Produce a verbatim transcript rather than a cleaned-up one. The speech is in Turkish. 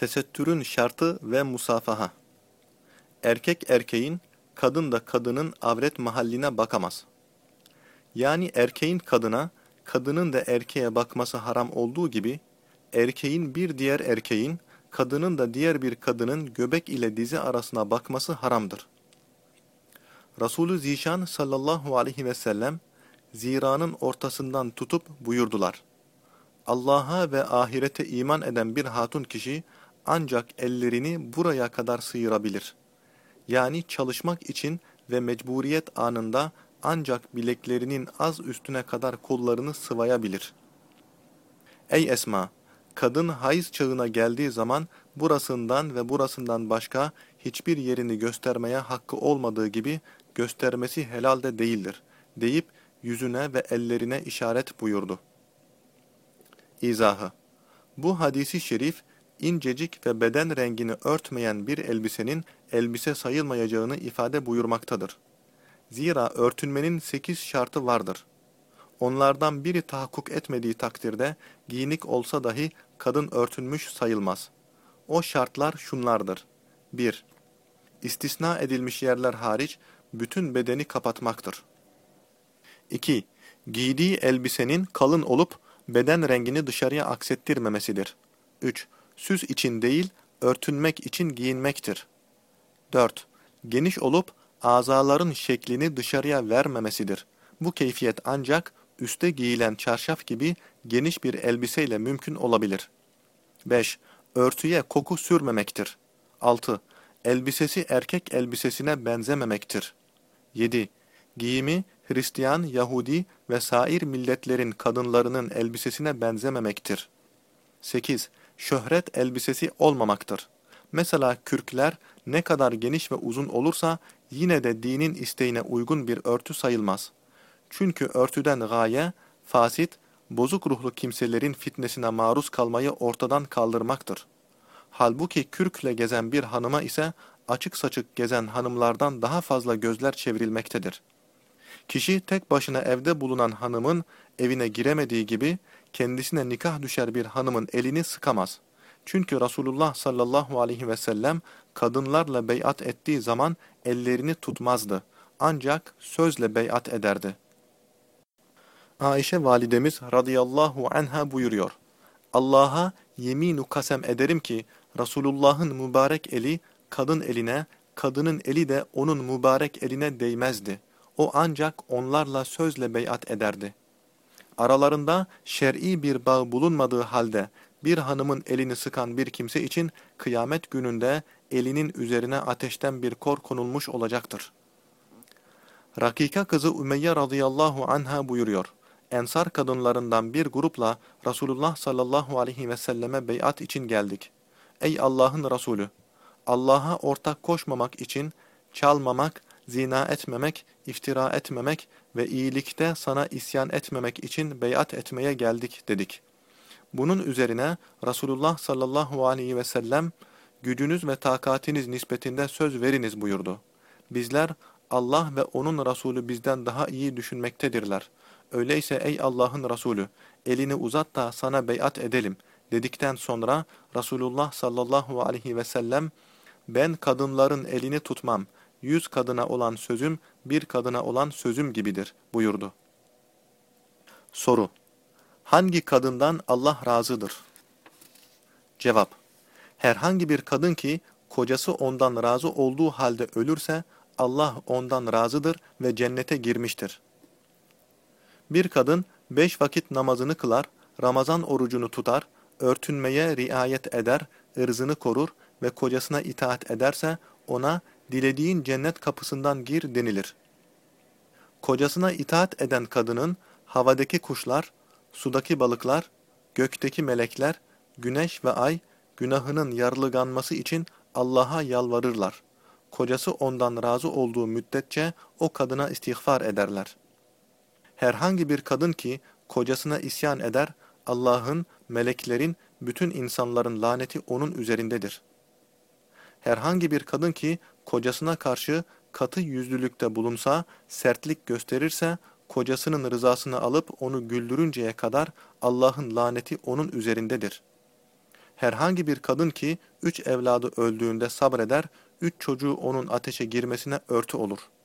Tesettürün şartı ve musafaha. Erkek erkeğin, kadın da kadının avret mahalline bakamaz. Yani erkeğin kadına, kadının da erkeğe bakması haram olduğu gibi, erkeğin bir diğer erkeğin, kadının da diğer bir kadının göbek ile dizi arasına bakması haramdır. Resulü Zişan sallallahu aleyhi ve sellem, ziranın ortasından tutup buyurdular. Allah'a ve ahirete iman eden bir hatun kişi, ancak ellerini buraya kadar sıyırabilir. Yani çalışmak için ve mecburiyet anında ancak bileklerinin az üstüne kadar kollarını sıvayabilir. Ey Esma! Kadın hayız çağına geldiği zaman burasından ve burasından başka hiçbir yerini göstermeye hakkı olmadığı gibi göstermesi helal de değildir, deyip yüzüne ve ellerine işaret buyurdu. İzahı: Bu hadisi şerif, incecik ve beden rengini örtmeyen bir elbisenin elbise sayılmayacağını ifade buyurmaktadır. Zira örtünmenin sekiz şartı vardır. Onlardan biri tahakkuk etmediği takdirde giyinik olsa dahi kadın örtünmüş sayılmaz. O şartlar şunlardır. bir İstisna edilmiş yerler hariç bütün bedeni kapatmaktır. iki Giydiği elbisenin kalın olup beden rengini dışarıya aksettirmemesidir. üç Süs için değil, örtünmek için giyinmektir. dört Geniş olup azaların şeklini dışarıya vermemesidir. Bu keyfiyet ancak üste giyilen çarşaf gibi geniş bir elbiseyle mümkün olabilir. beş Örtüye koku sürmemektir. altı Elbisesi erkek elbisesine benzememektir. yedi Giyimi Hristiyan, Yahudi ve sair milletlerin kadınlarının elbisesine benzememektir. sekiz Şöhret elbisesi olmamaktır. Mesela kürkler ne kadar geniş ve uzun olursa yine de dinin isteğine uygun bir örtü sayılmaz. Çünkü örtüden gaye, fasit, bozuk ruhlu kimselerin fitnesine maruz kalmayı ortadan kaldırmaktır. Halbuki kürkle gezen bir hanıma ise açık saçık gezen hanımlardan daha fazla gözler çevrilmektedir. Kişi tek başına evde bulunan hanımın evine giremediği gibi kendisine nikah düşer bir hanımın elini sıkamaz. Çünkü Resulullah sallallahu aleyhi ve sellem kadınlarla beyat ettiği zaman ellerini tutmazdı. Ancak sözle beyat ederdi. Ayşe validemiz radıyallahu anha buyuruyor. Allah'a yeminu kasem ederim ki Resulullah'ın mübarek eli kadın eline, kadının eli de onun mübarek eline değmezdi. O ancak onlarla sözle beyat ederdi. Aralarında şer'i bir bağ bulunmadığı halde bir hanımın elini sıkan bir kimse için kıyamet gününde elinin üzerine ateşten bir kor konulmuş olacaktır. Rakika kızı Ümeyye radıyallahu anha buyuruyor. Ensar kadınlarından bir grupla Resulullah sallallahu aleyhi ve selleme beyat için geldik. Ey Allah'ın Resulü! Allah'a ortak koşmamak için çalmamak, zina etmemek, iftira etmemek ve iyilikte sana isyan etmemek için beyat etmeye geldik dedik. Bunun üzerine Resulullah sallallahu aleyhi ve sellem gücünüz ve takatiniz nispetinde söz veriniz buyurdu. Bizler Allah ve onun Resulü bizden daha iyi düşünmektedirler. Öyleyse ey Allah'ın Resulü elini uzat da sana beyat edelim dedikten sonra Resulullah sallallahu aleyhi ve sellem ben kadınların elini tutmam. Yüz kadına olan sözüm, bir kadına olan sözüm gibidir buyurdu. Soru: Hangi kadından Allah razıdır? Cevap: Herhangi bir kadın ki kocası ondan razı olduğu halde ölürse Allah ondan razıdır ve cennete girmiştir. Bir kadın beş vakit namazını kılar, Ramazan orucunu tutar, örtünmeye riayet eder, ırzını korur ve kocasına itaat ederse ona dilediğin cennet kapısından gir denilir. Kocasına itaat eden kadının havadaki kuşlar, sudaki balıklar, gökteki melekler, güneş ve ay günahının yarlıganması için Allah'a yalvarırlar. Kocası ondan razı olduğu müddetçe o kadına istiğfar ederler. Herhangi bir kadın ki kocasına isyan eder, Allah'ın, meleklerin, bütün insanların laneti onun üzerindedir. Herhangi bir kadın ki kocasına karşı katı yüzlülükte bulunsa, sertlik gösterirse, kocasının rızasını alıp onu güldürünceye kadar Allah'ın laneti onun üzerindedir. Herhangi bir kadın ki üç evladı öldüğünde sabreder, üç çocuğu onun ateşe girmesine örtü olur.